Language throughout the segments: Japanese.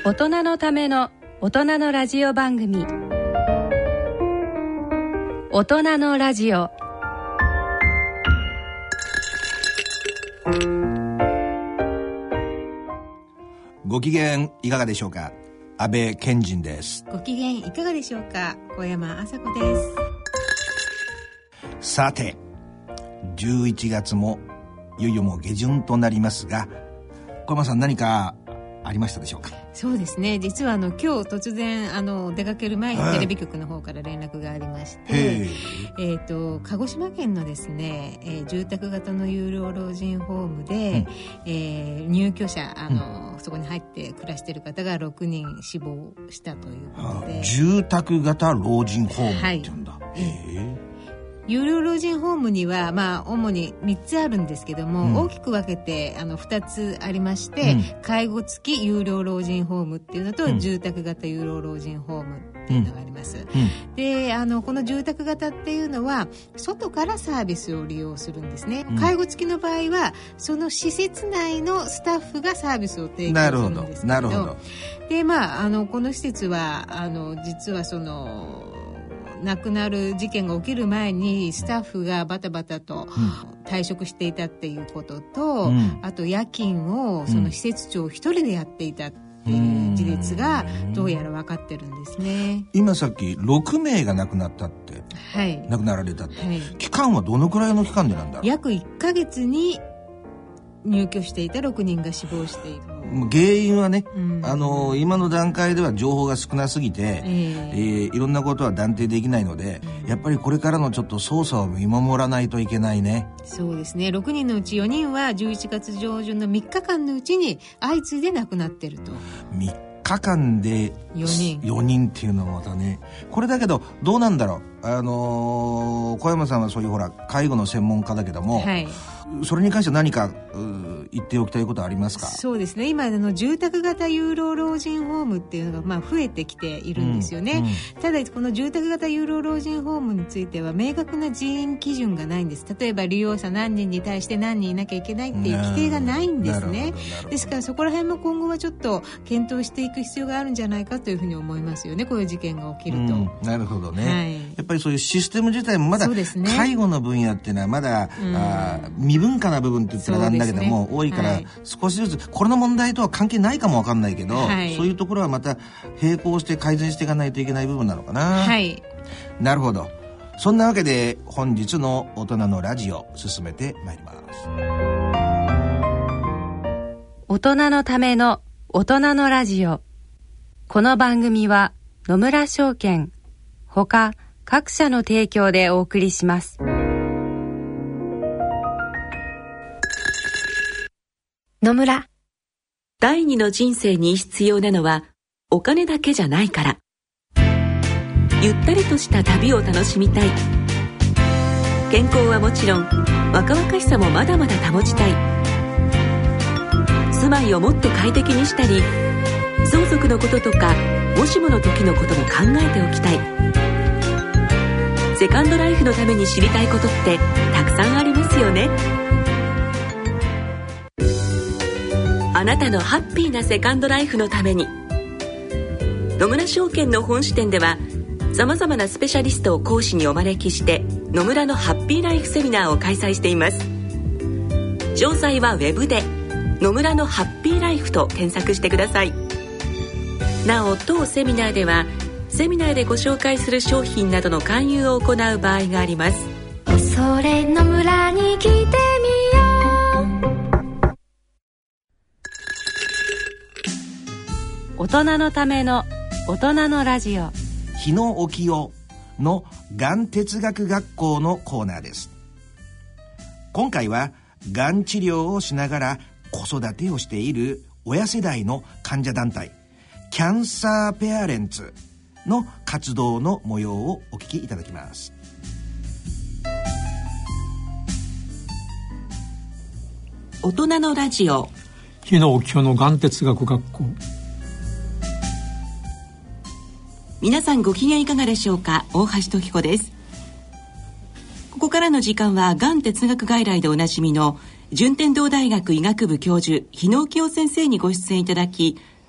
大人のための大人のラジオ番組、大人のラジオ。 ご機嫌いかがでしょうか。安倍賢人です。 ご機嫌いかがでしょうか。小山麻子です。 さて、11月もいよいよもう下旬となりますが、小山さん何かありましたでしょうか。 そうですね、実は今日突然出かける前にテレビ局の方から連絡がありまして、鹿児島県のですね、住宅型の有料老人ホームで、入居者そこに入って暮らしている方が6人死亡したということで、 住宅型老人ホームって言うんだ。 有料老人ホームには、主に3つあるんですけども、大きく分けて2つありまして、介護付き有料老人ホームっていうのと、住宅型有料老人ホームっていうのがあります。で、この住宅型っていうのは外からサービスを利用するんですね。介護付きの場合はその施設内のスタッフがサービスを提供するんですけど、なるほど。で、この施設は実は亡くなる事件が起きる前にスタッフがバタバタと退職していたっていうことと、あと夜勤をその施設長一人でやっていたっていう事実がどうやら分かってるんですね。 今さっき6名が亡くなったって、亡くなられたって、期間はどのくらいの期間でなんだろう。 約1ヶ月に入居していた6人が死亡している。 原因はね、今の段階では情報が少なすぎて、いろんなことは断定できないので、やっぱりこれからのちょっと捜査を見守らないといけないね。そうですね、 6人のうち4人は11月上旬の3日間のうちに相次いで亡くなっていると。 3日間で4人っていうのはまたね、これだけどどうなんだろう。小山さんはそういう介護の専門家だけども、それに関して何か言っておきたいことはありますか。 そうですね、今住宅型有料老人ホームっていうのが増えてきているんですよね。ただこの住宅型有料老人ホームについては明確な人員基準がないんです。例えば利用者何人に対して何人いなきゃいけないっていう規定がないんですね。ですからそこら辺も今後はちょっと検討していく必要があるんじゃないかというふうに思いますよね、こういう事件が起きると。 なるほどね、やっぱりそういうシステム自体もまだ介護の分野っていうのはまだ、未文化な部分って言ったらなんだけども、多いから少しずつこれの問題とは関係ないかもわかんないけど、そういうところはまた並行して改善していかないといけない部分なのかな。なるほど。そんなわけで本日の大人のラジオ進めてまいります。 大人のための大人のラジオ。この番組は野村証券ほか各社の提供でお送りします。 野村。第二の人生に必要なのはお金だけじゃないから。ゆったりとした旅を楽しみたい。健康はもちろん若々しさもまだまだ保ちたい。住まいをもっと快適にしたり、相続のこととかもしもの時のことも考えておきたい。セカンドライフのために知りたいことってたくさんありますよね。あなたのハッピーなセカンドライフのために、野村証券の本支店ではさまざまなスペシャリストを講師にお招きして野村のハッピーライフセミナーを開催しています。詳細はウェブで野村のハッピーライフと検索してください。なお当セミナーではセミナーでご紹介する商品などの勧誘を行う場合があります。 それの村に来てみよう。 大人のための大人のラジオ。 日野沖代のがん哲学学校のコーナーです。今回はがん治療をしながら子育てをしている親世代の患者団体キャンサーペアレンツの活動の模様をお聞きいただきます。 大人のラジオ、 日野沖代のがん哲学学校。 皆さんご機嫌いかがでしょうか。大橋時子です。ここからの時間はがん哲学外来でおなじみの順天堂大学医学部教授日野沖代先生にご出演いただき、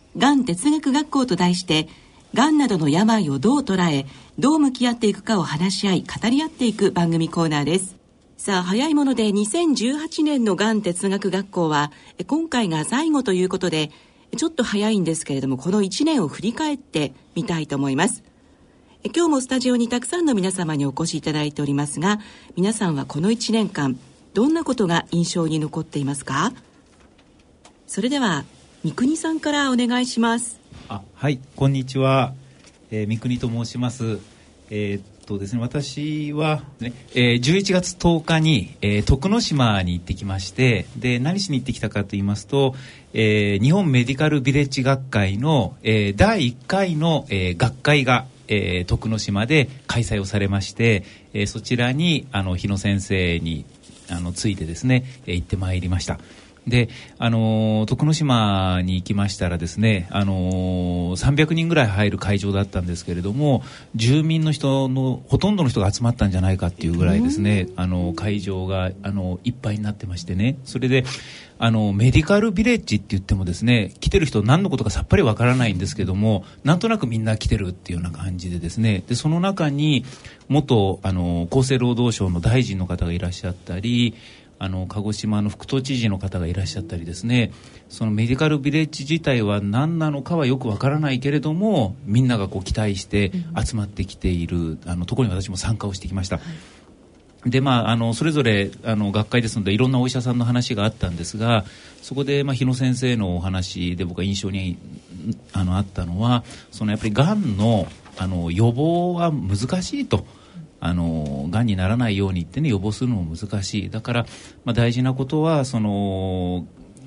がん哲学学校と題して、がんなどの病をどう捉え、どう向き合っていくかを話し合い語り合っていく番組コーナーです。さあ、早いもので2018年のがん哲学学校は今回が最後ということで、ちょっと早いんですけれども、この1年を振り返ってみたいと思います。今日もスタジオにたくさんの皆様にお越しいただいておりますが、皆さんはこの1年間どんなことが印象に残っていますか？それでは三国さんからお願いします。 はい、こんにちは、三国と申します。ですね、私は、ね11月10日に、徳之島に行ってきまして、で何しに行ってきたかと言いますと、日本メディカルビレッジ学会の、第1回の、学会が、徳之島で開催をされまして、そちらに日野先生についてですね、行ってまいりました。で徳之島に行きましたらですね、300人ぐらい入る会場だったんですけれども、住民の人のほとんどの人が集まったんじゃないかっていうぐらいですね、会場がいっぱいになってましてね、それでメディカルビレッジって言ってもですね、来てる人何のことかさっぱりわからないんですけども、なんとなくみんな来てるっていうような感じでですね、でその中に元厚生労働省の大臣の方がいらっしゃったり、鹿児島の副都知事の方がいらっしゃったりですね、そのメディカルビレッジ自体は何なのかはよくわからないけれども、みんながこう期待して集まってきている、ところに私も参加をしてきました。でそれぞれ学会ですのでいろんなお医者さんの話があったんですが、そこで日野先生のお話で僕が印象にあったのは、やっぱりがんの予防は難しいと。がんにならないようにってね、予防するのも難しい。だから、大事なことは心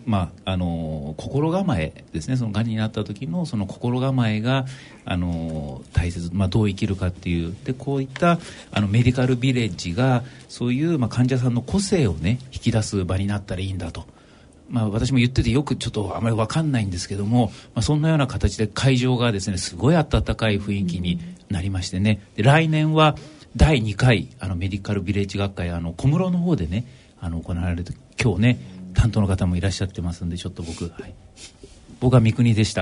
構えですね。そのがんになった時のその心構えが大切、どう生きるかっていう。でこういったメディカルビレッジがそういう患者さんの個性をね引き出す場になったらいいんだと。私も言っててよくちょっとあまり分かんないんですけども、そんなような形で会場がですねすごい温かい雰囲気になりましてね。で来年は第2回メディカルビレッジ学会小室の方でね行われると、今日ね担当の方もいらっしゃってますんで、ちょっと僕は三国でした。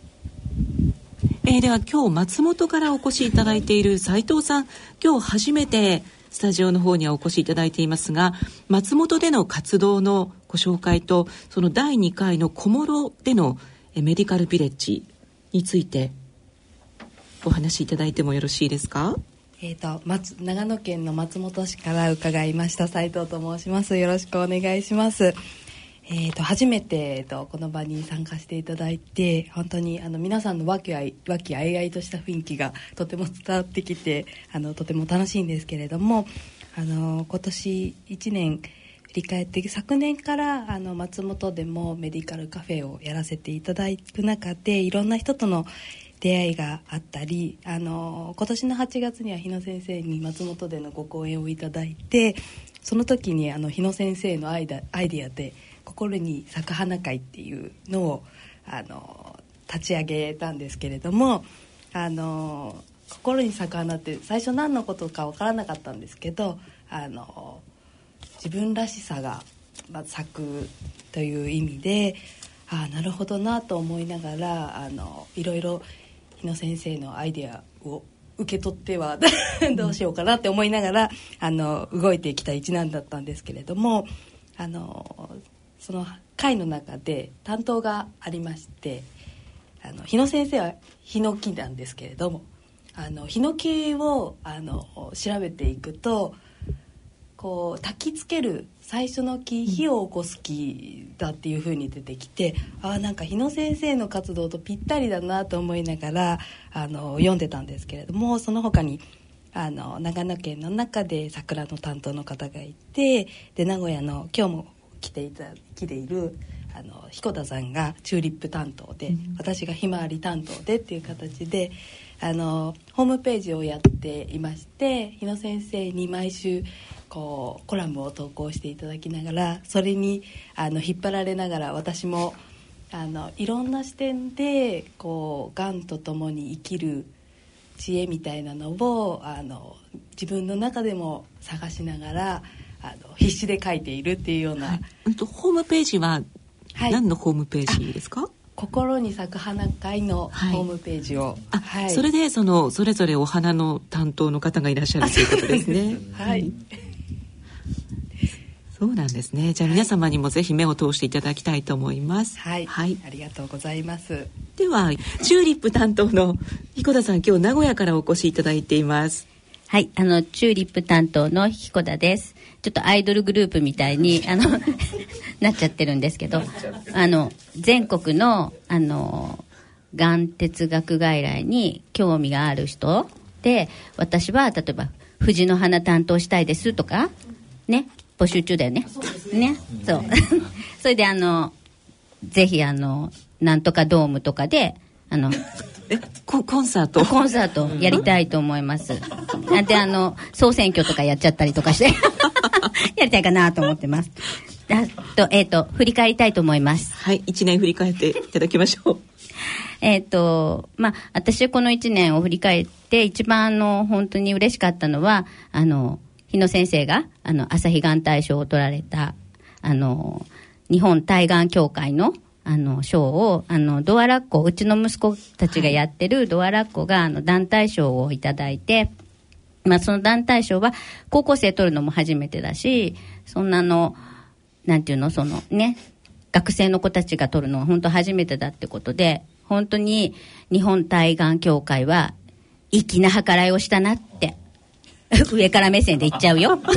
では今日松本からお越しいただいている斉藤さん、今日初めてスタジオの方にはお越しいただいていますが、松本での活動のご紹介と、その第2回の小諸でのメディカルビレッジについてお話しいただいてもよろしいですか？ 長野県の松本市から伺いました斉藤と申します。よろしくお願いします。初めて、この場に参加していただいて、本当に皆さんの和気あいあいとした雰囲気がとても伝わってきて、とても楽しいんですけれども、今年1年振り返って、昨年から松本でもメディカルカフェをやらせていただく中で、いろんな人との出会いがあったり、今年の8月には日野先生に松本でのご講演をいただいて、その時に日野先生のアイデアで心に咲く花会っていうのを立ち上げたんですけれども、心に咲く花って最初何のことか分からなかったんですけど、自分らしさが咲くという意味で、なるほどなと思いながらいろいろ日野先生のアイデアを受け取ってはどうしようかなって思いながら動いてきた一年だったんですけれども、その会の中で担当がありまして、日野先生はヒノキなんですけれども、ヒノキを調べていくと、こう焚きつける最初の木、火を起こす木だっていう風に出てきて、なんか日野先生の活動とぴったりだなと思いながら読んでたんですけれども、その他に長野県の中で桜の担当の方がいて、で名古屋の今日も来ている彦田さんがチューリップ担当で、私がひまわり担当でっていう形でホームページをやっていまして、日野先生に毎週コラムを投稿していただきながら、それに引っ張られながら、私もいろんな視点でがんとともに生きる知恵みたいなのを自分の中でも探しながら必死で書いているっていうような、 ホームページは何のホームページですか？ 心に咲く花会のホームページを、 それでそれぞれお花の担当の方がいらっしゃるということですね。はい、そうなんですね。じゃあ皆様にもぜひ目を通していただきたいと思います。 はい、ありがとうございます。 ではチューリップ担当の彦田さん、今日名古屋からお越しいただいています。 はい、チューリップ担当の彦田です。ちょっとアイドルグループみたいになっちゃってるんですけど、全国のがん哲学外来に興味がある人で、私は例えば藤の花担当したいですとかね、募集中だよね。ね、そうそれでぜひなんとかドームとかでコンサートやりたいと思います。で総選挙とかやっちゃったりとかしてやりたいかなと思ってます。振り返りたいと思います。 はい、1年振り返っていただきましょう。 私この1年を振り返って一番本当に嬉しかったのは日野先生が朝日がん大賞を取られた日本対がん協会の賞をドアラッコ、うちの息子たちがやってるドアラッコが団体賞をいただいて、その団体賞は高校生取るのも初めてだし、そんななんていうの、学生の子たちが取るのは本当初めてだってことで、本当に日本対がん協会は粋な計らいをしたなって上から目線で言っちゃうよ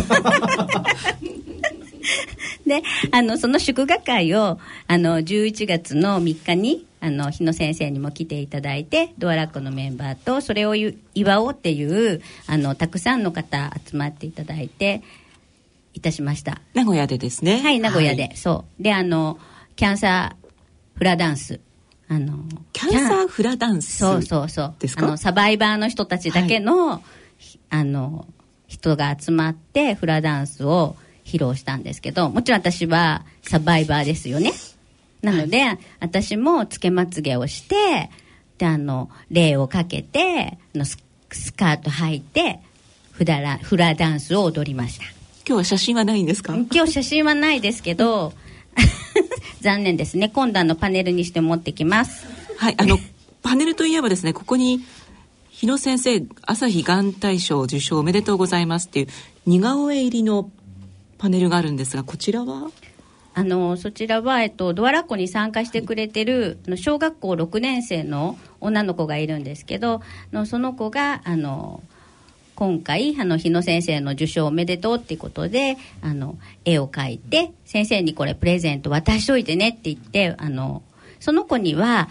でその祝賀会を11月の3日に日野先生にも来ていただいて、ドアラッコのメンバーとそれを祝おうっていうたくさんの方集まっていただいていたしました。 名古屋でですね。 はい、名古屋で、そうでキャンサーフラダンスキャンサーフラダンスそうですか？ サバイバーの人たちだけの、人が集まってフラダンスを披露したんですけど、もちろん私はサバイバーですよね。なので、私もつけまつげをしてで礼をかけてスカート履いてフラダンスを踊りました。 今日は写真はないんですか？ 今日写真はないですけど残念ですね。今度パネルにして持ってきます。 はい、パネルといえばですね、ここに日野先生朝日がん大賞受賞おめでとうございますっていう似顔絵入りのパネルがあるんですが、こちらはそちらは、ドアラッコに参加してくれてる小学校6年生の女の子がいるんですけど、その子が今回日野先生の受賞おめでとうっていうことで絵を描いて先生にこれプレゼント渡しといてねって言ってその子には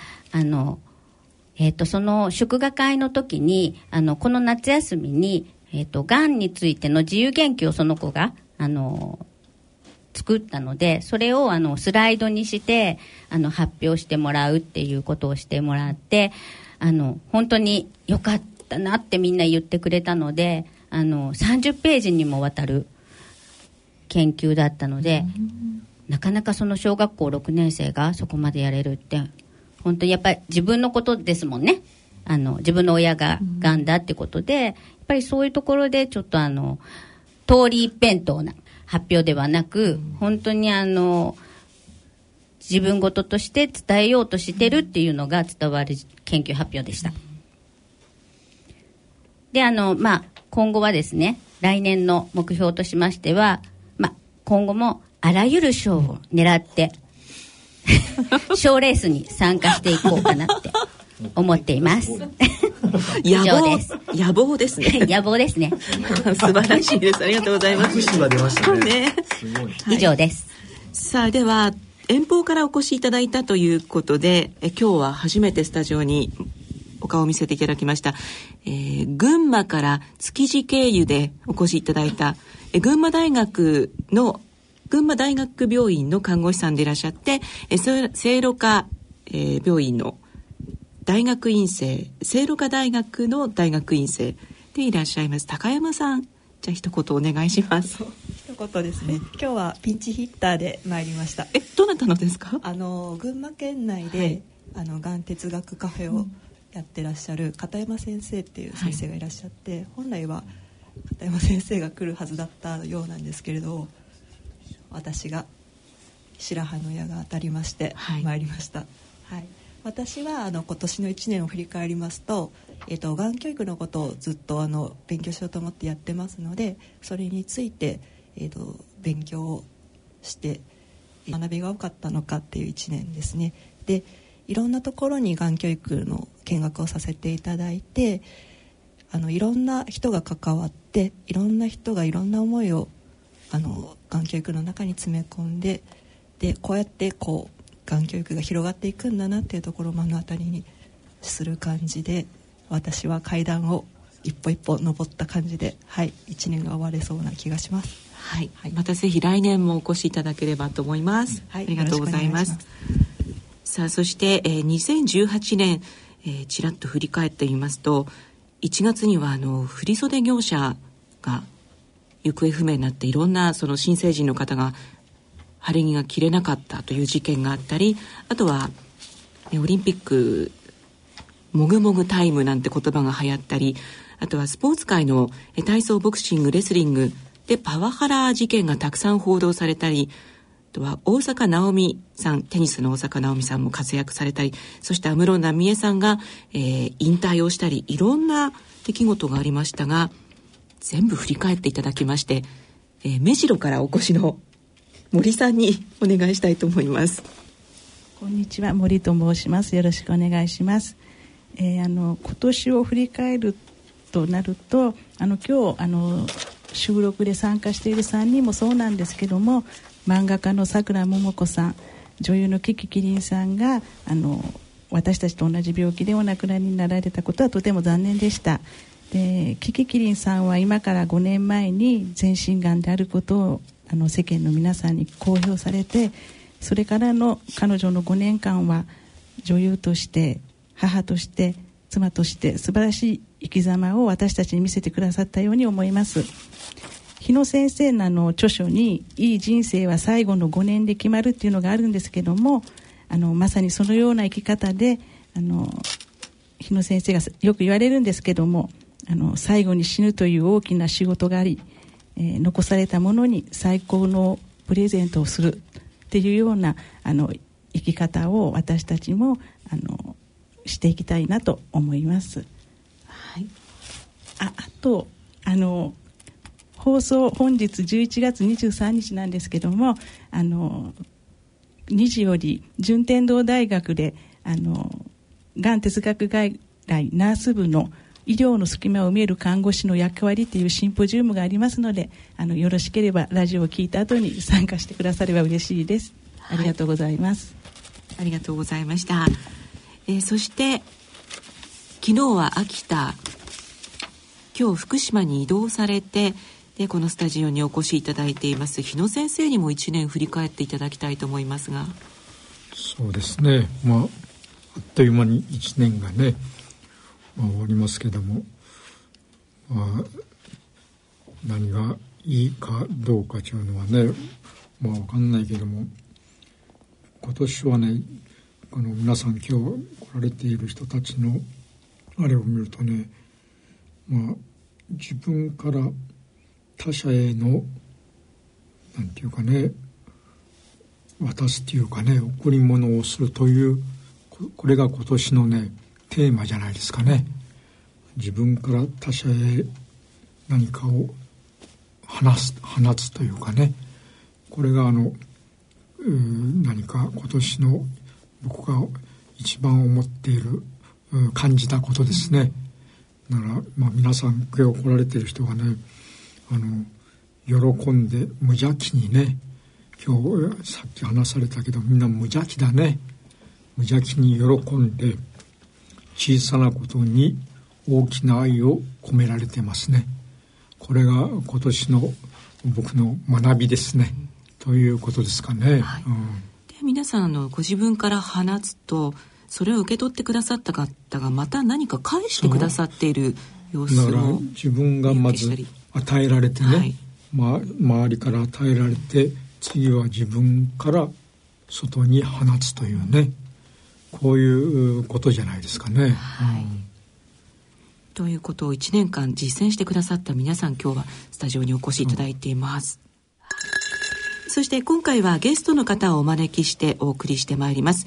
その祝賀会の時にこの夏休みにがんについての自由研究をその子が作ったので、それをスライドにして発表してもらうっていうことをしてもらって、本当に良かったなってみんな言ってくれたので、30ページにもわたる研究だったので、なかなかその小学校6年生がそこまでやれるって本当にやっぱり自分のことですもんね。自分の親ががんだってことで、やっぱりそういうところでちょっと通り一辺倒な発表ではなく、本当に自分事として伝えようとしてるっていうのが伝わる研究発表でした。で今後はですね、来年の目標としましては、今後もあらゆる賞を狙って賞レースに参加していこうかなって思っています。以上です。 野望ですね。 野望ですね。 素晴らしいです。ありがとうございます。 拍手が出ましたね。 すごい。以上です。 さあ、では遠方からお越しいただいたということで、今日は初めてスタジオにお顔を見せていただきました、群馬から築地経由でお越しいただいた、群馬大学病院の看護師さんでいらっしゃって、聖路加、病院の大学院生、聖路加大学の大学院生でいらっしゃいます高山さん、じゃあ一言お願いします。 一言ですね。今日はピンチヒッターで参りました。 どなたのですか？ 群馬県内で、がん哲学カフェをやってらっしゃる片山先生っていう先生がいらっしゃって、本来は片山先生が来るはずだったようなんですけれど、私が白羽の矢が当たりまして参りました。 はい、私は今年の1年を振り返りますと、がん教育のことをずっと勉強しようと思ってやってますので、それについて、勉強をして学びが多かったのかっていう1年ですね。で、いろんなところにがん教育の見学をさせていただいて、いろんな人が関わって、いろんな人がいろんな思いをがん教育の中に詰め込んで、でこうやってがん教育が広がっていくんだなっていうところを目の当たりにする感じで、私は階段を一歩一歩登った感じで、はい、1年が終われそうな気がします。 はい、はい、またぜひ来年もお越しいただければと思います、はい、ありがとうございます。さあ、そして、2018年、ちらっと振り返ってみますと、1月には振袖業者が行方不明になって、いろんなその新成人の方が晴れ着が着れなかったという事件があったり、あとは、オリンピックもぐもぐタイムなんて言葉が流行ったり、あとはスポーツ界の体操、ボクシング、レスリングでパワハラ事件がたくさん報道されたり、あとは大坂なおみさん、テニスの大坂なおみさんも活躍されたり、そして安室奈美恵さんが、引退をしたり、いろんな出来事がありましたが、全部振り返っていただきまして、目白からお越しの森さんにお願いしたいと思います。 こんにちは、森と申します。よろしくお願いします。今年を振り返るとなると、今日収録で参加している3人もそうなんですけども、漫画家の桜桃子さん、女優のキキキリンさんが私たちと同じ病気でお亡くなりになられたことはとても残念でした。で、キキキリンさんは今から5年前に全身がんであることを世間の皆さんに公表されて、それからの彼女の5年間は女優として母として妻として素晴らしい生き様を私たちに見せてくださったように思います。日野先生の著書にいい人生は最後の5年で決まるっていうのがあるんですけども、まさにそのような生き方で日野先生がよく言われるんですけども、最後に死ぬという大きな仕事があり、残されたものに最高のプレゼントをするっていうような生き方を私たちもしていきたいなと思います。はい、あと放送本日11月23日なんですけども、2時より順天堂大学でがん哲学外来ナース部の医療の隙間を埋める看護師の役割というシンポジウムがありますので、よろしければラジオを聞いた後に参加してくだされば嬉しいです。ありがとうございます。 はい、ありがとうございました。そして昨日は秋田、今日福島に移動されて、でこのスタジオにお越しいただいています日野先生にも1年振り返っていただきたいと思いますが。 そうですね、あっという間に1年がね、終わりますけども、何がいいかどうかというのはね、分かんないけども、今年はね、皆さん今日来られている人たちのあれを見るとね、自分から他者へのなんていうかね、渡すっていうかね、贈り物をするという、これが今年のねテーマじゃないですかね。自分から他者へ何かを放つというかね、これが何か今年の僕が一番思っている、感じたことですね。だから、皆さん今日来られている人がね、喜んで無邪気にね、今日さっき話されたけど、みんな無邪気だね。無邪気に喜んで、小さなことに大きな愛を込められてますね。これが今年の僕の学びですね、ということですかね。はい、 で皆さんご自分から放つと、それを受け取ってくださった方がまた何か返してくださっている様子を、 だから自分がまず与えられてね、はい、周りから与えられて、次は自分から外に放つというね、こういうことじゃないですかね。はい、 ということを1年間実践してくださった皆さん、今日はスタジオにお越しいただいています。そして今回はゲストの方をお招きしてお送りしてまいります。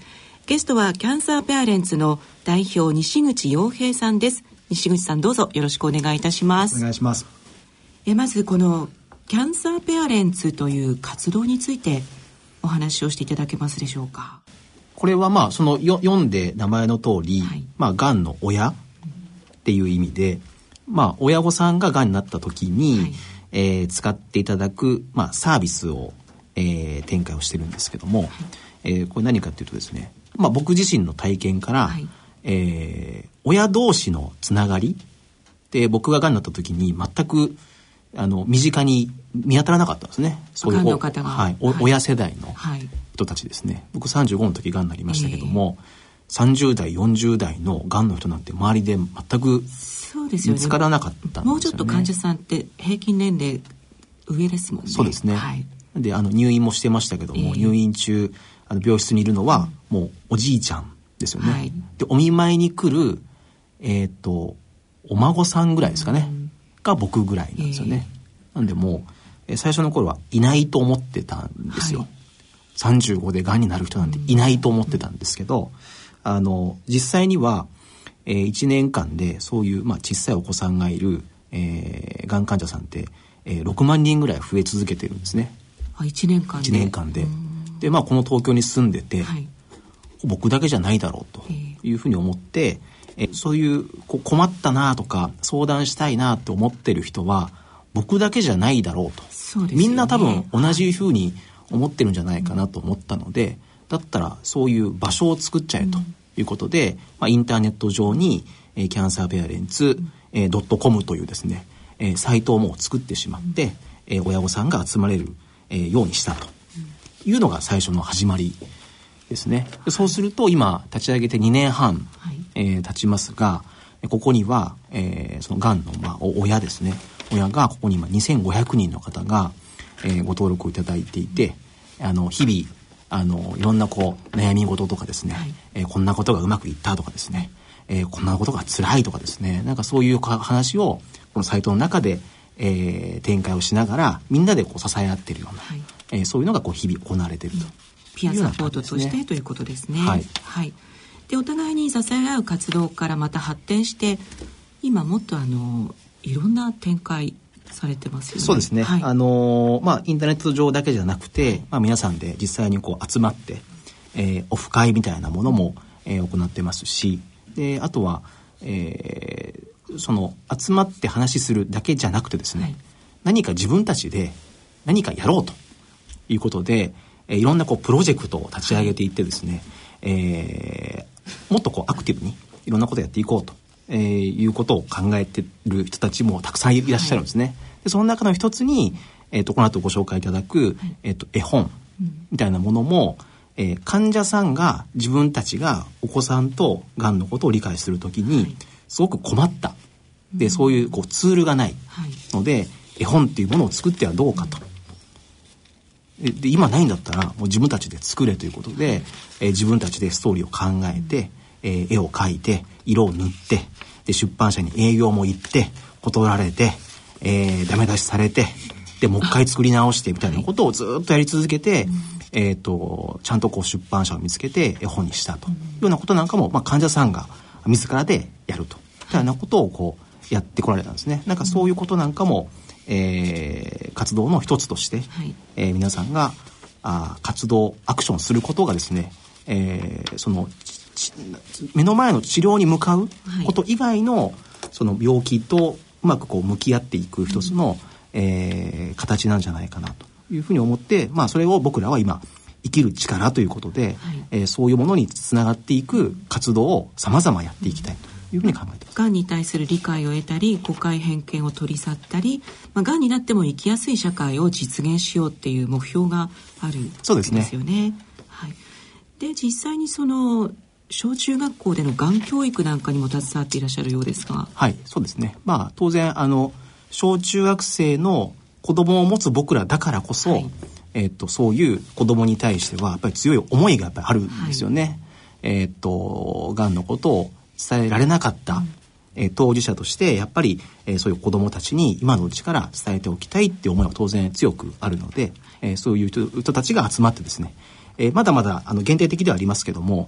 ゲストはキャンサーペアレンツの代表西口洋平さんです。西口さん、どうぞよろしくお願いいたします。 お願いします。 まずこのキャンサーペアレンツという活動についてお話をしていただけますでしょうか。 これはその読んで名前の通り、がんの親っていう意味で、親御さんががんになった時に、使っていただく、サービスを、展開をしてるんですけども、これ何かっていうとですね、僕自身の体験から、親同士のつながりで、僕ががんになった時に全く身近に見当たらなかったんですね。そういう親世代の人たちですね。僕35の時がんになりましたけども、30代40代のがんの人なんて周りで全く見つからなかったんですよね。 もうちょっと患者さんって平均年齢上ですもんね。 そうですね。で入院もしてましたけども、入院中病室にいるのはもうおじいちゃんですよね。でお見舞いに来るお孫さんぐらいですかね、が僕ぐらいなんですよね。なんでもう最初の頃はいないと思ってたんですよ。35でがんになる人なんていないと思ってたんですけど、実際には、1年間でそういう、小さいお子さんがいる、がん患者さんって、6万人ぐらい増え続けてるんですね。 1年間で。 1年間で。で、この東京に住んでて、僕だけじゃないだろうというふうに思って、そういう困ったなとか相談したいなと思ってる人は僕だけじゃないだろうと。 そうですよね。 みんな多分同じふうに思ってるんじゃないかなと思ったので、だったらそういう場所を作っちゃえということで、インターネット上に、キャンサーペアレンツ、.com というですね、サイトをもう作ってしまって、親御さんが集まれる、ようにしたというのが最初の始まりですね。そうすると今立ち上げて2年半、経ちますが、ここには、そのがんの、親ですね、親がここに今2500人の方が、ご登録をいただいていて、日々いろんな悩み事とかですね、こんなことがうまくいったとかですね、こんなことが辛いとかですね、なんかそういう話をこのサイトの中で、展開をしながらみんなで支え合っているような、そういうのが日々行われていると。 ピアサポートとしてということですね。でお互いに支え合う活動からまた発展して今もっといろんな展開されてますよね。 そうですね、インターネット上だけじゃなくて、皆さんで実際に集まって、オフ会みたいなものも、行ってますし、であとは、その集まって話するだけじゃなくてですね、何か自分たちで何かやろうということで、いろんなプロジェクトを立ち上げていってですね、もっとアクティブにいろんなことをやっていこうと、いうことを考えている人たちもたくさんいらっしゃるんですね。でその中の一つに、この後ご紹介いただく、絵本みたいなものも、患者さんが自分たちがお子さんとがんのことを理解するときにすごく困った。でそういうツールがないので、絵本っていうものを作ってはどうかと。で今ないんだったらもう自分たちで作れということで、自分たちでストーリーを考えて、絵を描いて色を塗って、で出版社に営業も行って断られて、ダメ出しされて、でもう一回作り直してみたいなことをずっとやり続けて、ちゃんと出版社を見つけて絵本にしたというようなことなんかも、患者さんが自らでやるというようなことをやってこられたんですね。なんかそういうことなんかも、活動の一つとして、皆さんが活動アクションすることがですね、その目の前の治療に向かうこと以外のその病気とうまく向き合っていく一つの、形なんじゃないかなというふうに思って、それを僕らは今生きる力ということで、そういうものにつながっていく活動を様々やっていきたいというふうに考えています。 がんに対する理解を得たり、誤解偏見を取り去ったり、がんになっても生きやすい社会を実現しようっていう目標があるんですよね。で実際にその小中学校でのがん教育なんかにも携わっていらっしゃるようですが。 そうですね。当然小中学生の子供を持つ僕らだからこそ、そういう子供に対してはやっぱり強い思いがやっぱりあるんですよね。がんのことを伝えられなかった、当事者としてやっぱり、そういう子供たちに今のうちから伝えておきたいっていう思いは当然強くあるので、そういう人たちが集まってですね、 まだまだ限定的ではありますけども、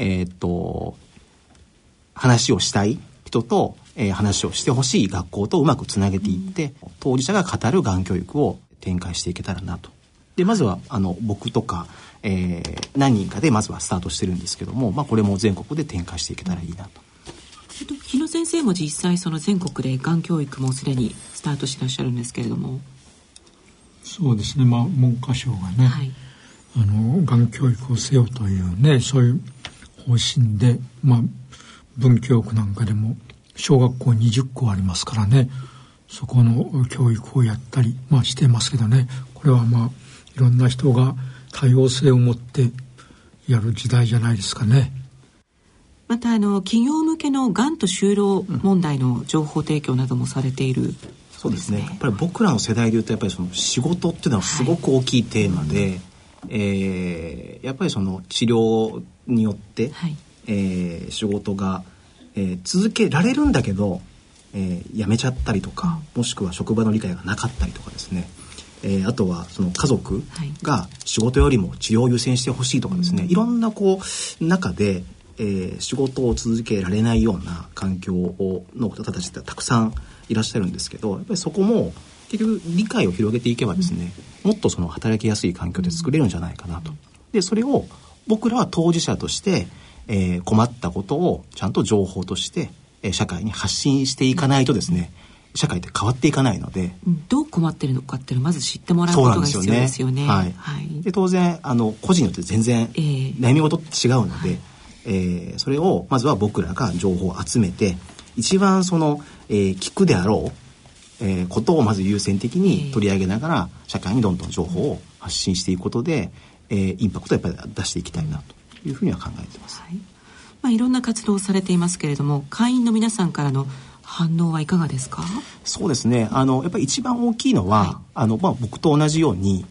話をしたい人と、話をしてほしい学校とうまくつなげていって、当事者が語るがん教育を展開していけたらなと。でまずは僕とか、何人かでまずはスタートしてるんですけども、これも全国で展開していけたらいいなと。 日野先生も実際その全国でがん教育もすでにスタートしてらっしゃるんですけれども。 そうですね、文科省がね、がん教育をせよというね、そういう方針で、文教区なんかでも小学校20校ありますからね、そこの教育をやったり、してますけどね、これはいろんな人が多様性を持ってやる時代じゃないですかね。 また企業向けのがんと就労問題の情報提供などもされている、 そうですね。やっぱり僕らの世代でいうとやっぱりその仕事っていうのはすごく大きいテーマで、やっぱりその治療によって、仕事が、続けられるんだけど、辞めちゃったりとか、もしくは職場の理解がなかったりとかですね、あとはその家族が仕事よりも治療を優先してほしいとかですね、いろんな中で、仕事を続けられないような環境の方たちってたくさんいらっしゃるんですけど、やっぱりそこも結局理解を広げていけばですね、もっとその働きやすい環境で作れるんじゃないかなと。でそれを僕らは当事者として、困ったことをちゃんと情報として、社会に発信していかないとですね、社会って変わっていかないので、 どう困ってるのかっていうのをまず知ってもらうことが必要ですよね。 で当然個人によって全然悩み事って違うので、それをまずは僕らが情報を集めて、一番その、聞くであろう、ことをまず優先的に取り上げながら、社会にどんどん情報を発信していくことで、インパクトをやっぱり出していきたいなというふうには考えています。 いろんな活動をされていますけれども、会員の皆さんからの反応はいかがですか？ そうですね、やっぱり一番大きいのは、僕と同じように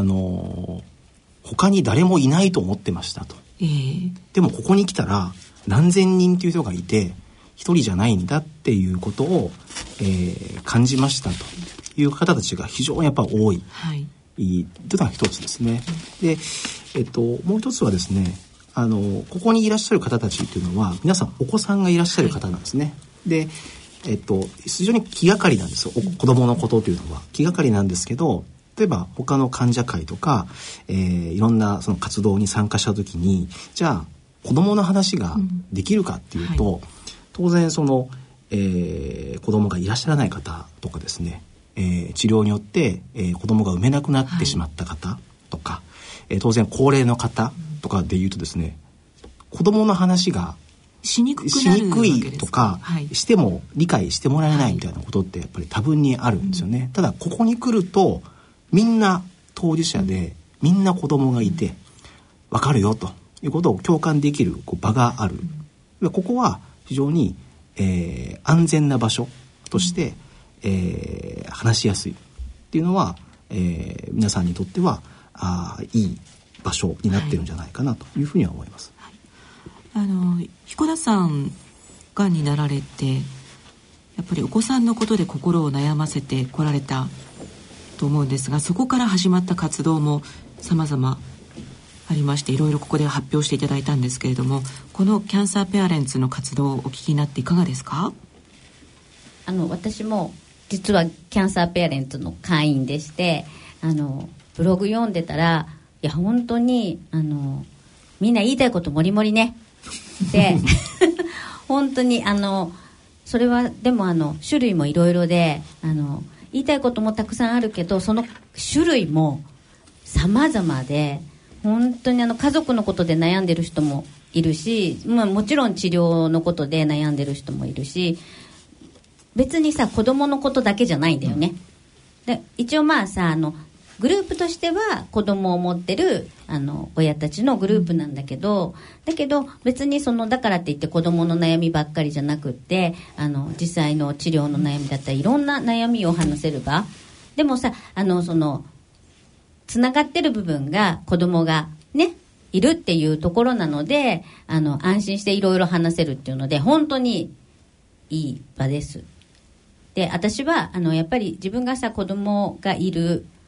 他に誰もいないと思ってましたと。でもここに来たら何千人という人がいて一人じゃないんだっていうことを、感じましたという方たちが非常にやっぱ多い、というのが一つですね。で、もう一つはですね、ここにいらっしゃる方たちというのは皆さんお子さんがいらっしゃる方なんですね。で、非常に気がかりなんですよ。子供のことというのは気がかりなんですけど、例えば他の患者会とか、いろんなその活動に参加した時に、じゃあ子供の話ができるかっていうと、当然その、子供がいらっしゃらない方とかですね、治療によって、子供が産めなくなってしまった方とか、当然高齢の方とかでいうとですね、子供の話がしにくいとか、しても理解してもらえないみたいなことってやっぱり多分にあるんですよね。ただここに来るとみんな当事者で、みんな子供がいて分かるよということを共感できる場がある。ここは非常に、安全な場所として、話しやすいっていうのは、皆さんにとってはいい場所になってるんじゃないかなというふうには思います。 彦田さんがんになられて、やっぱりお子さんのことで心を悩ませてこられたと思うんですが、そこから始まった活動も様々ありまして、いろいろここで発表していただいたんですけれども、このキャンサーペアレンツの活動をお聞きになっていかがですか？ 私も実はキャンサーペアレンツの会員でして、ブログ読んでたら、いや本当にみんな言いたいこともりもりねで本当にそれはでも種類もいろいろで言いたいこともたくさんあるけど、その種類も様々で、本当に家族のことで悩んでる人もいるし、もちろん治療のことで悩んでる人もいるし、別にさ子供のことだけじゃないんだよね。で一応グループとしては子供を持ってる親たちのグループなんだけど、別にだからって言って子供の悩みばっかりじゃなくって、実際の治療の悩みだったりいろんな悩みを話せる場でもさ、つながってる部分が子供がねいるっていうところなので、安心していろいろ話せるっていうので本当にいい場です。で私はやっぱり自分がさ子供がいる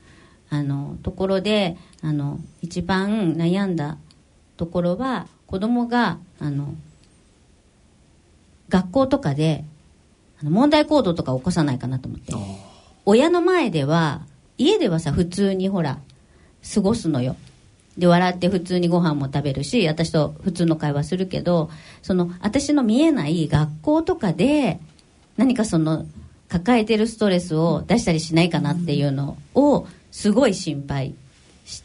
ところで一番悩んだところは、子供が学校とかで問題行動とか起こさないかなと思って。親の前では、家ではさ普通にほら過ごすのよ。で笑って普通にご飯も食べるし、私と普通の会話するけど、私の見えない学校とかで何か抱えてるストレスを出したりしないかなっていうのをすごい心配して、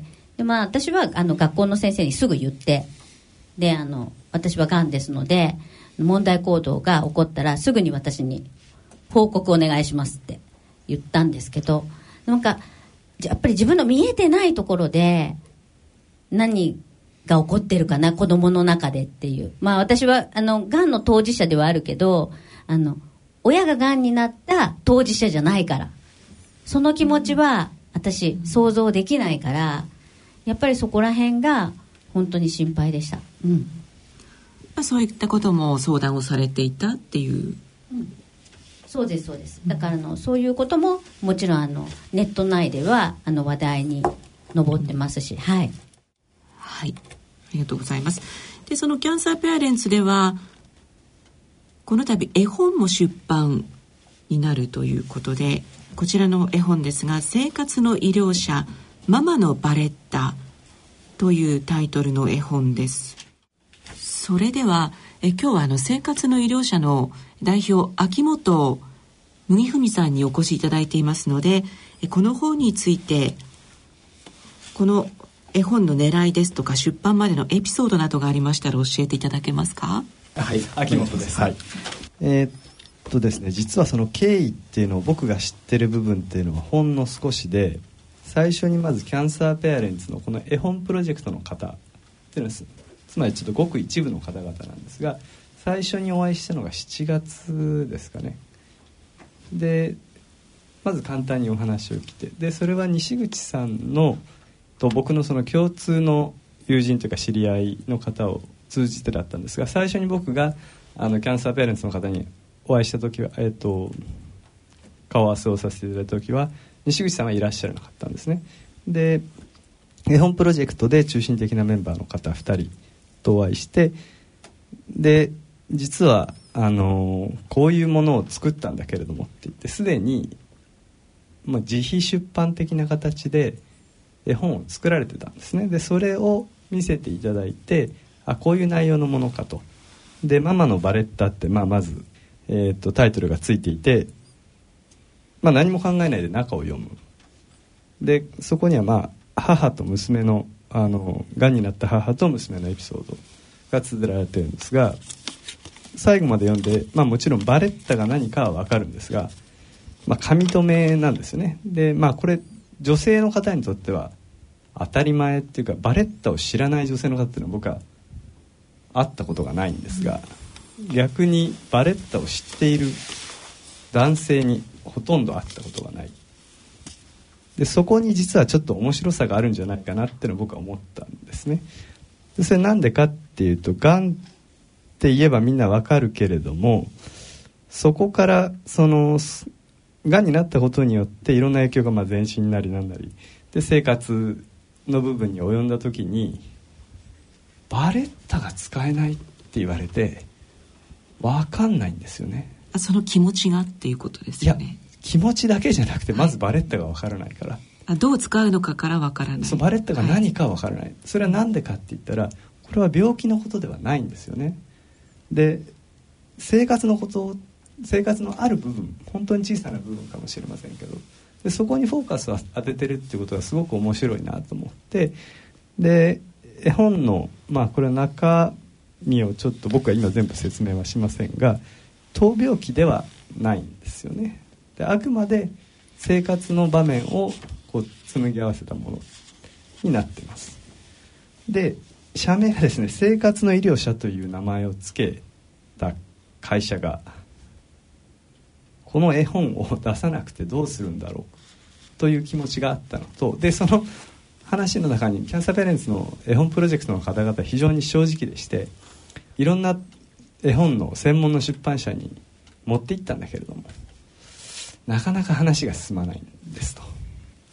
で私は学校の先生にすぐ言って、で私はがんですので問題行動が起こったらすぐに私に報告お願いしますって言ったんですけど、なんかやっぱり自分の見えてないところで何が起こってるかな、子供の中でっていう。私はがんの当事者ではあるけど、親ががんになった当事者じゃないから、その気持ちは私想像できないから、やっぱりそこら辺が本当に心配でした。 そういったことも相談をされていたっていう、 そうですそうです。だからそういうことももちろんネット内では話題に上ってますし、はいはい、ありがとうございます。でそのキャンサーペアレンツではこの度絵本も出版になるということで、こちらの絵本ですが、生活の医療者ママのバレッタというタイトルの絵本です。それでは今日は生活の医療者の代表秋元麦文さんにお越しいただいていますので、この本について、この絵本の狙いですとか出版までのエピソードなどがありましたら教えていただけますか？ はい、秋元です。はい。ですね、実はその経緯っていうのを僕が知ってる部分っていうのはほんの少しで、最初にまずキャンサーペアレンツのこの絵本プロジェクトの方っていうのは、つまりちょっとごく一部の方々なんですが、最初にお会いしたのが7月ですかね。でまず簡単にお話を聞いて、でそれは西口さんのと僕のその共通の友人というか知り合いの方を通じてだったんですが、最初に僕がキャンサーペアレンツの方にお会いした時は、顔合わせをさせていただいた時は西口さんはいらっしゃらなかったんですね。で絵本プロジェクトで中心的なメンバーの方2人とお会いして、で実はこういうものを作ったんだけれどもって言って、すでに、自費出版的な形で絵本を作られてたんですね。でそれを見せていただいて、こういう内容のものかと。でママのバレッタって、まず、タイトルがついていて、何も考えないで中を読む。でそこには母と娘のがんになった母と娘のエピソードが綴られているんですが、最後まで読んで、もちろんバレッタが何かは分かるんですが、髪留めなんですよね。でこれ女性の方にとっては当たり前っていうか、バレッタを知らない女性の方っていうのは僕は会ったことがないんですが、逆にバレッタを知っている男性にほとんど会ったことがない。でそこに実はちょっと面白さがあるんじゃないかなっていうのを僕は思ったんですね。でそれなんでかっていうと、がんって言えばみんなわかるけれども、そこからがんになったことによっていろんな影響が全身なりなんなりで生活の部分に及んだ時に、バレッタが使えないって言われてわかんないんですよね。 その気持ちがっていうことですよね。 いや気持ちだけじゃなくて、まずバレッタがわからないから、 どう使うのかからわからない。 そうバレッタが何かわからない、それは何でかって言ったら、これは病気のことではないんですよね。で生活のある部分、本当に小さな部分かもしれませんけど、でそこにフォーカスを当ててるっていうことがすごく面白いなと思って、で絵本のこれは中身をちょっと僕は今全部説明はしませんが、闘病期ではないんですよね。であくまで生活の場面を紡ぎ合わせたものになっています。で社名がですね、生活の医療者という名前を付けた会社がこの絵本を出さなくてどうするんだろうという気持ちがあったのと、でその話の中にキャンサーペアレンツの絵本プロジェクトの方々非常に正直でして、いろんな絵本の専門の出版社に持って行ったんだけれども、なかなか話が進まないんですと。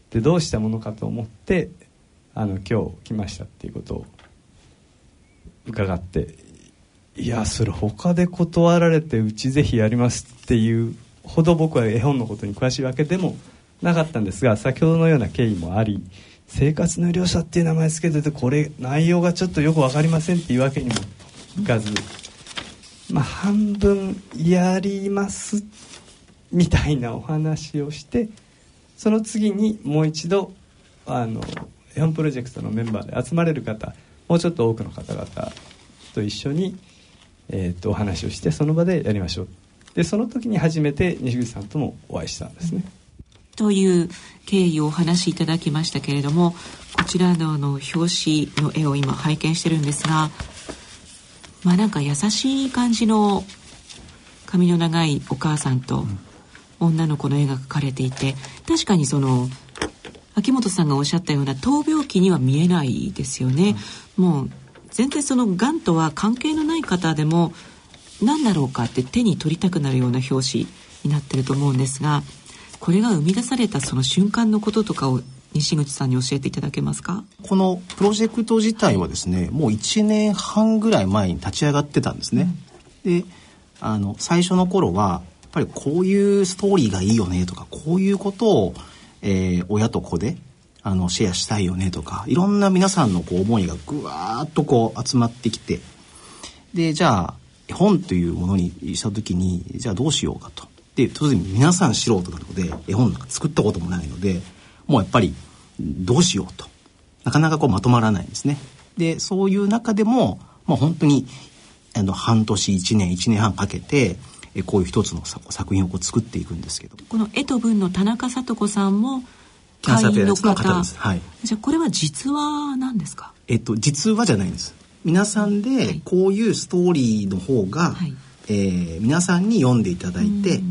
でどうしたものかと思って今日来ましたっていうことを伺って、いやそれ他で断られてうちぜひやりますっていうほど僕は絵本のことに詳しいわけでもなかったんですが、先ほどのような経緯もあり、生活の医療者っていう名前つけててこれ内容がちょっとよく分かりませんっていうわけにもいかず、半分やりますみたいなお話をして、その次にもう一度絵本プロジェクトのメンバーで集まれる方、もうちょっと多くの方々と一緒に、お話をしてその場でやりましょう。でその時に初めて西口さんともお会いしたんですね。 という経緯をお話しいただきましたけれども、こちらの表紙の絵を今拝見してるんですが、なんか優しい感じの髪の長いお母さんと女の子の絵が描かれていて、確かに秋元さんがおっしゃったような闘病期には見えないですよね。もう全然がんとは関係のない方でも何だろうかって手に取りたくなるような表紙になってると思うんですが、これが生み出されたその瞬間のこととかを西口さんに教えていただけますか？ このプロジェクト自体はですね、もう1年半ぐらい前に立ち上がってたんですね。で最初の頃はやっぱりこういうストーリーがいいよねとか、こういうことを、親と子でシェアしたいよねとか、いろんな皆さんの思いがぐわーっと集まってきて、でじゃあ絵本というものにした時にじゃあどうしようかと。で当然皆さん素人なので絵本なんか作ったこともないので、もうやっぱりどうしようとなかなかまとまらないんですね。でそういう中でも、本当に半年1年半かけてこういう一つの作品を作っていくんですけど、 この絵と文の田中聡子さんもキャンサーペアレンツの方です。はい。 じゃあこれは実話なんですか？ 実話じゃないんです。皆さんでこういうストーリーの方が、皆さんに読んでいただいて、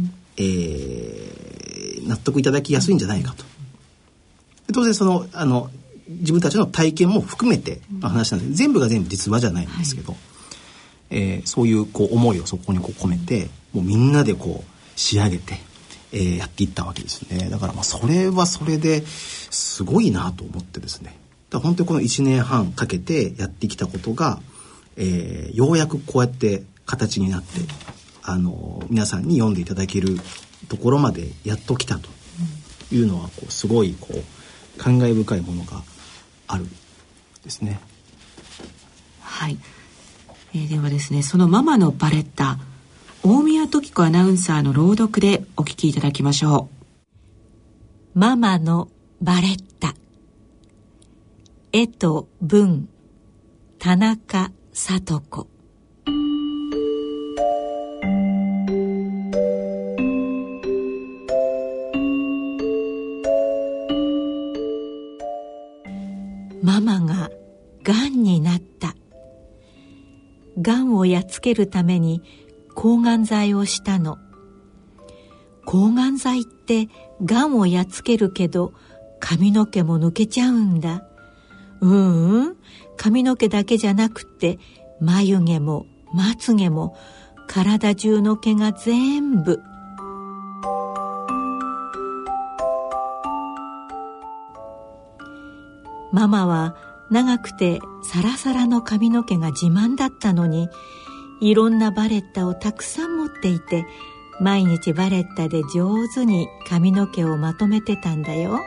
納得いただきやすいんじゃないかと。当然自分たちの体験も含めての話なんで、全部が全部実話じゃないんですけど、そういう思いをそこに込めて、もうみんなで仕上げて、やっていったわけですね。だからそれはそれですごいなと思ってですね。だから本当にこの1年半かけてやってきたことが、ようやくこうやって形になって、皆さんに読んでいただけるところまでやっと来たというのはすごい感慨深いものがあるですね。 はい。ではですね、そのママのバレッタ、大宮時子アナウンサーの朗読でお聞きいただきましょう。ママのバレッタ。絵と文、田中聡子。ママががんになった。がんをやっつけるために抗がん剤をしたの。抗がん剤ってがんをやっつけるけど髪の毛も抜けちゃうんだ。髪の毛だけじゃなくて眉毛もまつ毛も体中の毛が全部。ママは長くてサラサラの髪の毛が自慢だったのに、いろんなバレッタをたくさん持っていて、毎日バレッタで上手に髪の毛をまとめてたんだよ。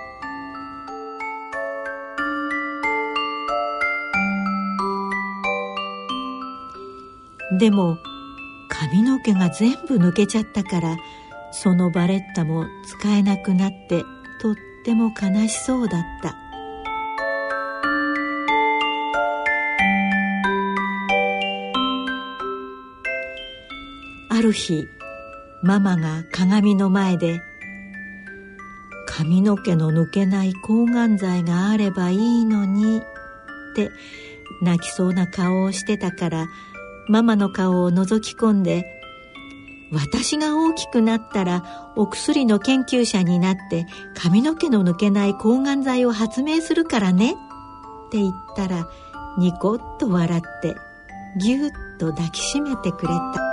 でも髪の毛が全部抜けちゃったから、そのバレッタも使えなくなってとっても悲しそうだった。ある日、ママが鏡の前で、髪の毛の抜けない抗がん剤があればいいのにって泣きそうな顔をしてたから、ママの顔を覗き込んで、私が大きくなったらお薬の研究者になって髪の毛の抜けない抗がん剤を発明するからねって言ったら、ニコッと笑ってぎゅっと抱きしめてくれた。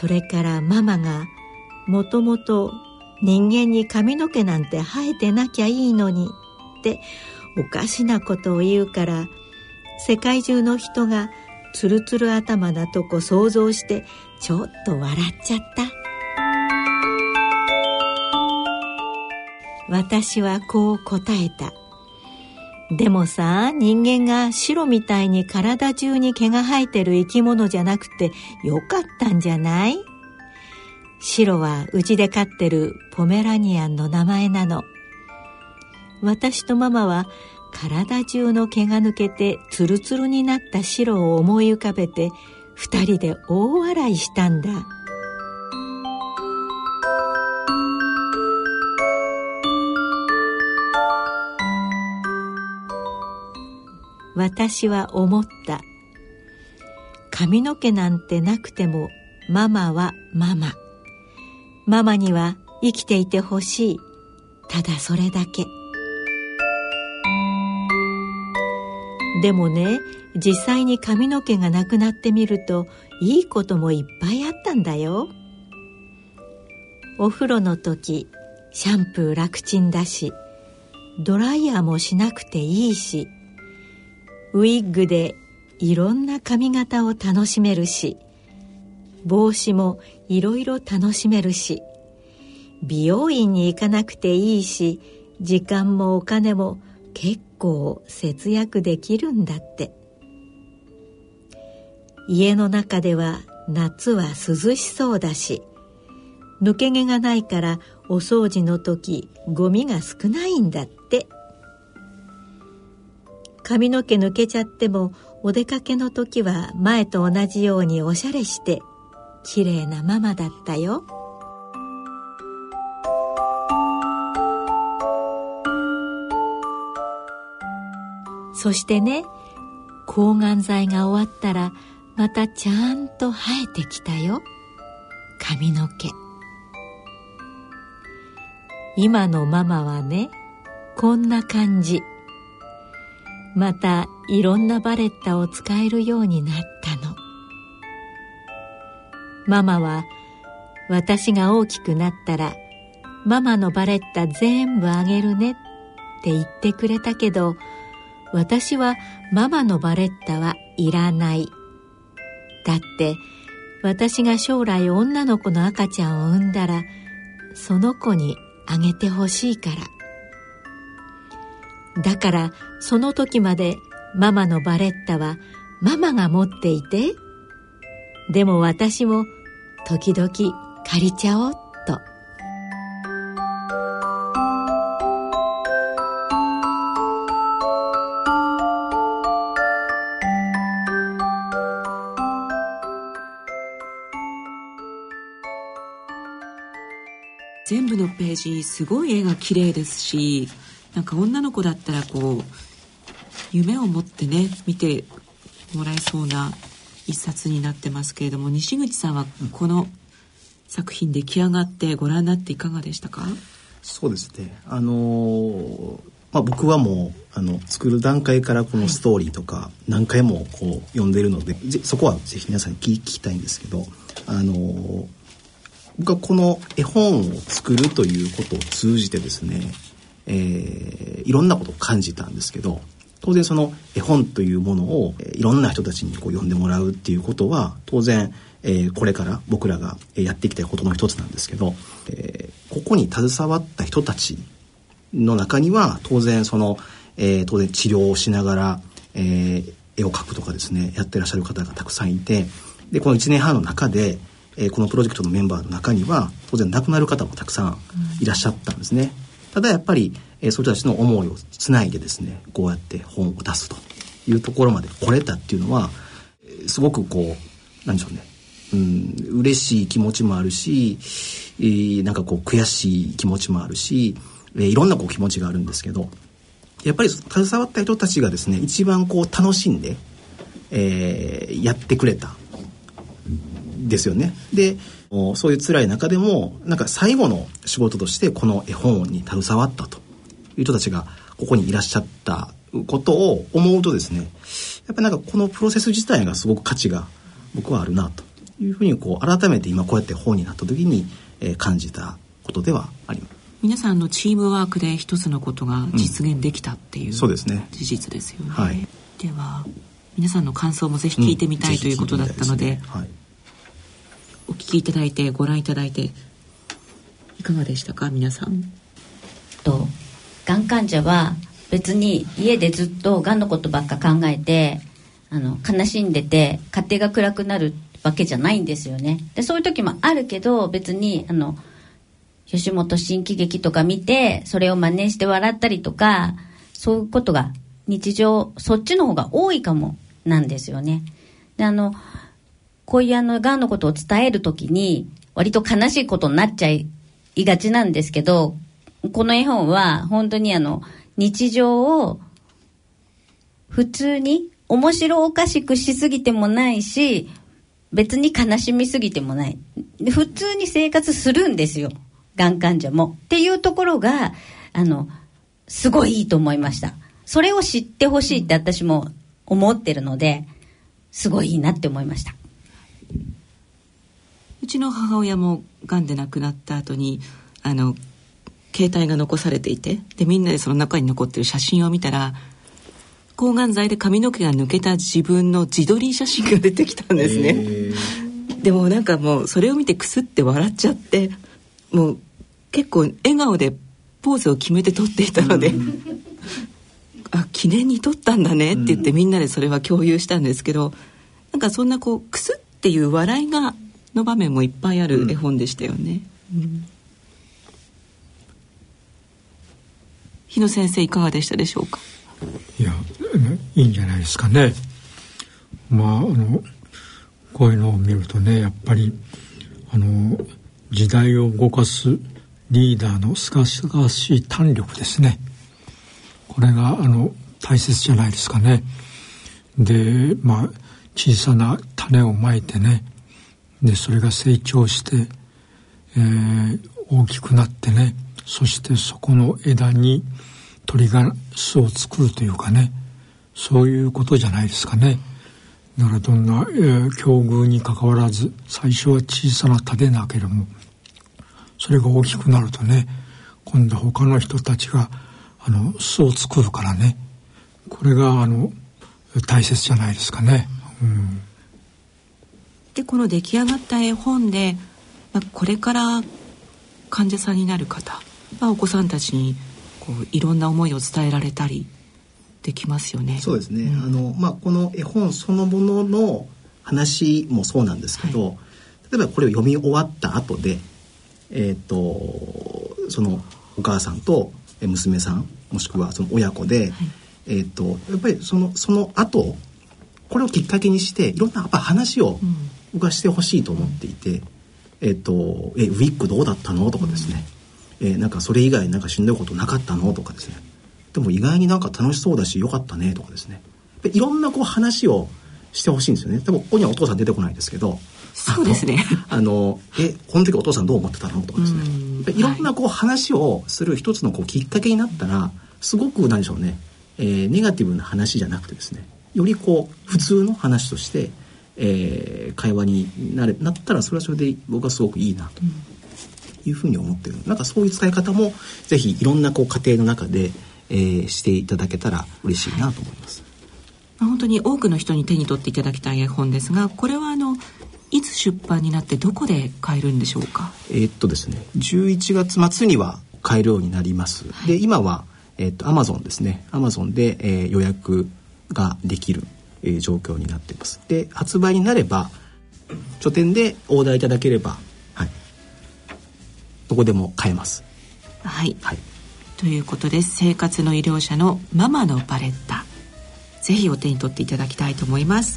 それからママがもともと人間に髪の毛なんて生えてなきゃいいのにっておかしなことを言うから、世界中の人がツルツル頭なとこ想像してちょっと笑っちゃった。私はこう答えた。でもさ、人間が白みたいに体中に毛が生えてる生き物じゃなくてよかったんじゃない？白はうちで飼ってるポメラニアンの名前なの。私とママは体中の毛が抜けてツルツルになった白を思い浮かべて二人で大笑いしたんだ。私は思った。髪の毛なんてなくてもママはママ。ママには生きていてほしい。ただそれだけ。でもね、実際に髪の毛がなくなってみるといいこともいっぱいあったんだよ。お風呂の時、シャンプー楽ちんだし、ドライヤーもしなくていいし、ウィッグでいろんな髪型を楽しめるし、帽子もいろいろ楽しめるし、美容院に行かなくていいし、時間もお金も結構節約できるんだって。家の中では夏は涼しそうだし、抜け毛がないからお掃除の時ゴミが少ないんだって。髪の毛抜けちゃってもお出かけの時は前と同じようにおしゃれして綺麗なママだったよ。そしてね、抗がん剤が終わったらまたちゃんと生えてきたよ、髪の毛。今のママはね、こんな感じ。またいろんなバレッタを使えるようになったの。ママは私が大きくなったらママのバレッタ全部あげるねって言ってくれたけど、私はママのバレッタはいらない。だって私が将来女の子の赤ちゃんを産んだらその子にあげてほしいから。だからその時までママのバレッタはママが持っていて、でも私も時々借りちゃおうと。 全部のページすごい絵が綺麗ですし、なんか女の子だったらこう夢を持ってね見てもらえそうな一冊になってますけれども、西口さんはこの作品出来上がってご覧になっていかがでしたか？ そうですね、僕はもう作る段階からこのストーリーとか何回もこう読んでるので、そこはぜひ皆さんに聞きたいんですけど、僕はこの絵本を作るということを通じてですね、いろんなことを感じたんですけど、当然その絵本というものをいろんな人たちにこう読んでもらうっていうことは当然、これから僕らがやっていきたいことの一つなんですけど、ここに携わった人たちの中には当然その、当然治療をしながら、絵を描くとかですねやってらっしゃる方がたくさんいて、でこの1年半の中でこのプロジェクトのメンバーの中には当然亡くなる方もたくさんいらっしゃったんですね。ただやっぱり、そういう人たちの思いをつないでですね、こうやって本を出すというところまで来れたっていうのはすごくこうなんでしょうね、嬉しい気持ちもあるし、なんかこう悔しい気持ちもあるし、いろんなこう気持ちがあるんですけど、やっぱり携わった人たちがですね一番こう楽しんで、やってくれたですよね。でそういう辛い中でもなんか最後の仕事としてこの絵本に携わったという人たちがここにいらっしゃったことを思うとですね、やっぱりなんかこのプロセス自体がすごく価値が僕はあるなというふうに改めて今こうやって本になった時に、感じたことではあります。 皆さんのチームワークで一つのことが実現できたっていう、 そうですね、 事実ですよね。 はい、 では皆さんの感想もぜひ聞いてみたい、ということだったので、はい、お聞きいただいてご覧いただいていかがでしたか皆さん。 がん患者は別に家でずっとがんのことばっか考えて悲しんでて家庭が暗くなるわけじゃないんですよね。でそういう時もあるけど、別に吉本新喜劇とか見てそれを真似して笑ったりとか、そういうことが日常、そっちの方が多いかもなんですよね。でこういうがんのことを伝える時に割と悲しいことになっちゃいがちなんですけど、この絵本は本当に日常を普通に面白おかしくしすぎてもないし、別に悲しみすぎてもない。普通に生活するんですよ、がん患者も。っていうところがすごいいいと思いました。それを知ってほしいって私も思ってるので、すごいいいなって思いました。 うちの母親もがんで亡くなった後に携帯が残されていて、でみんなでその中に残ってる写真を見たら、抗がん剤で髪の毛が抜けた自分の自撮り写真が出てきたんですね。でもなんかもうそれを見てクスって笑っちゃって、もう結構笑顔でポーズを決めて撮っていたのであ、記念に撮ったんだねって言ってみんなでそれは共有したんですけど、なんかそんなクスっていう笑いの場面もいっぱいある絵本でしたよね。日野先生いかがでしたでしょうか。 いや、いいんじゃないですかね。こういうのを見るとね、やっぱり時代を動かすリーダーのすがすがしい胆力ですね。これが大切じゃないですかね。で小さな種をまいてね、でそれが成長して、大きくなってね、そしてそこの枝に鳥が巣を作るというかね、そういうことじゃないですかね。だからどんな、境遇に関わらず、最初は小さな種だけども、それが大きくなるとね、今度は他の人たちが巣を作るからね、これが大切じゃないですかね。 でこの出来上がった絵本で、これから患者さんになる方、お子さんたちにいろんな思いを伝えられたりできますよね。 そうですね、この絵本そのものの話もそうなんですけど、はい、例えばこれを読み終わった後で、そのお母さんと娘さんもしくはその親子で、はい、やっぱりその後これをきっかけにしていろんなやっぱ話を僕はしてほしいと思っていて、ウィッグどうだったのとかですね、なんかそれ以外なんかしんどいことなかったのとかですね、でも意外になんか楽しそうだしよかったねとかですね、いろんな話をしてほしいんですよね。多分ここにはお父さん出てこないですけど、 そうですねこの時お父さんどう思ってたのとかですね、いろんな話をする一つのきっかけになったら、すごく何でしょうね、ネガティブな話じゃなくてですね、より普通の話として、会話になったら、それはそれで僕はすごくいいなというふうに思っている。なんかそういう使い方もぜひいろんな家庭の中で、していただけたら嬉しいなと思います。 本当に多くの人に手に取っていただきたい絵本ですが、これはいつ出版になってどこで買えるんでしょうか。 ですね、11月末には買えるようになります。はい、で今はAmazon ですね、Amazon で、予約ができる、状況になっています。で発売になれば書店でオーダーいただければ、はい、どこでも買えます。 はい、はい、ということで、生活の医療者のママのパレッタ、ぜひお手に取っていただきたいと思います。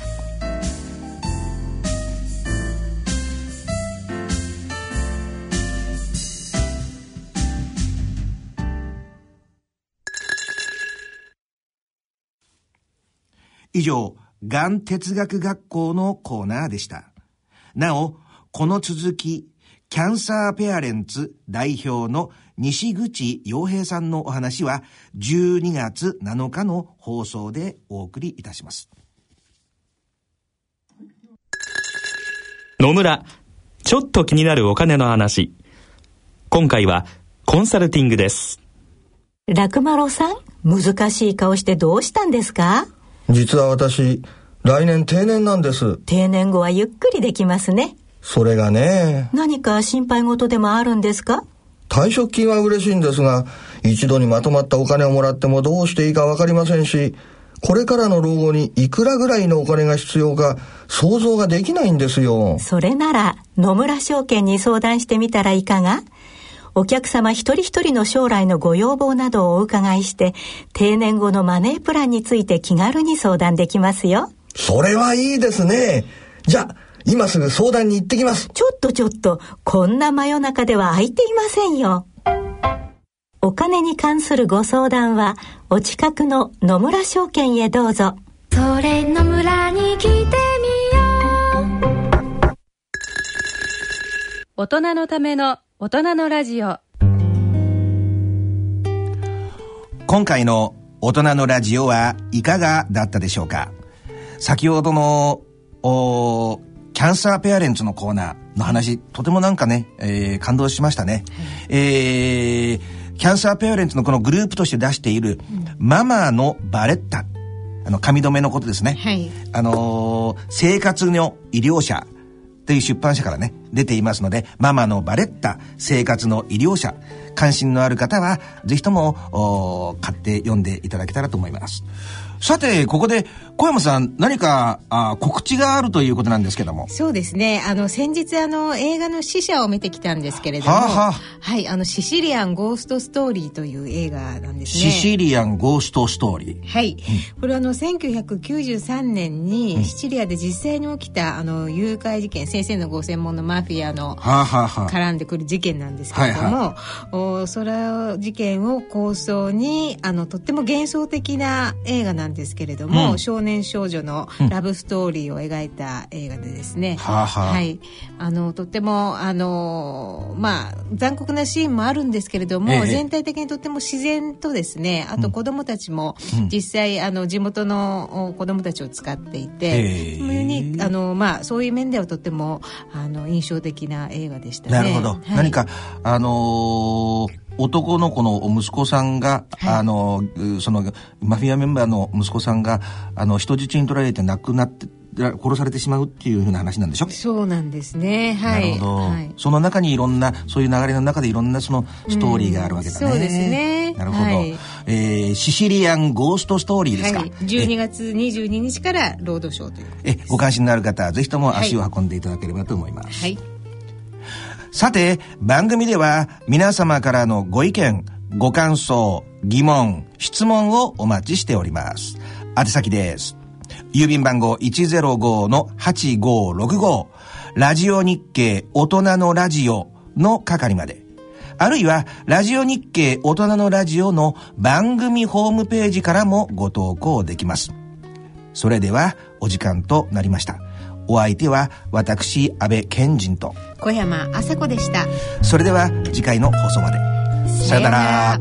以上、がん哲学学校のコーナーでした。なお、この続き、キャンサーペアレンツ代表の西口洋平さんのお話は12月7日の放送でお送りいたします。 野村、ちょっと気になるお金の話。今回はコンサルティングです。 楽丸さん、難しい顔してどうしたんですか？ 実は私、来年定年なんです。 定年後はゆっくりできますね。 それがね。 何か心配事でもあるんですか？ 退職金は嬉しいんですが、一度にまとまったお金をもらってもどうしていいかわかりませんし、これからの老後にいくらぐらいのお金が必要か想像ができないんですよ。 それなら野村証券に相談してみたらいかが？お客様一人一人の将来のご要望などをお伺いして、定年後のマネープランについて気軽に相談できますよ。 それはいいですね。じゃあ今すぐ相談に行ってきます。 ちょっと、こんな真夜中では空いていませんよ。お金に関するご相談はお近くの野村証券へどうぞ。 それ野村に来てみよう。 大人のための大人のラジオ。 今回の大人のラジオはいかがだったでしょうか。先ほどのキャンサーペアレンツのコーナーの話、とてもなんかね、感動しましたね。キャンサーペアレンツのこのグループとして出している、ママのバレッタ、髪留めのことですね。はい、生活の医療者という出版社からね出ていますので、ママのバレッタ、生活の医療者、関心のある方はぜひとも買って読んでいただけたらと思います。さて、ここで小山さん、何か告知があるということなんですけども。 そうですね、先日映画の死者を見てきたんですけれども、はい、シシリアンゴーストストーリーという映画なんですね。 シシリアンゴーストストーリー、はい、 これは1993年にシチリアで実際に起きた誘拐事件、先生のご専門のマフィアの絡んでくる事件なんですけれども、その事件を構想にとっても幻想的な映画なんですけれども、少年少女のラブストーリーを描いた映画でですね、はい、とっても残酷なシーンもあるんですけれども、全体的にとっても自然とですね、あと子どもたちも実際地元の子どもたちを使っていて、そういう面ではとっても印象的な映画でしたね。 なるほど、はい、何か男の子の息子さんが、そのマフィアメンバーの息子さんが人質に取られて亡くなって殺されてしまうっていう風な話なんでしょ。 そうなんですね、はい、 なるほど、 はい、 その中にいろんなそういう流れの中でいろんなそのストーリーがあるわけだね。 そうですね、 なるほど、はい、シシリアンゴーストストーリーですか。はい、 12月22日からロードショーというご関心のある方はぜひとも足を運んでいただければと思います。はい、さて、番組では皆様からのご意見、ご感想、疑問、質問をお待ちしております。宛先です。郵便番号 105-8565 ラジオ日経大人のラジオの係まで、あるいはラジオ日経大人のラジオの番組ホームページからもご投稿できます。それではお時間となりました。お相手は私安倍賢人と小山麻子でした。 それでは次回の放送まで。さよなら。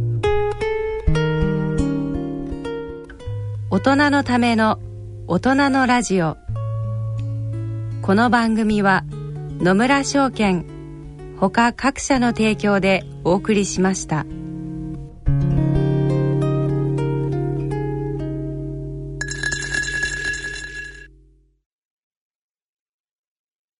大人のための大人のラジオ。この番組は野村証券ほか各社の提供でお送りしました。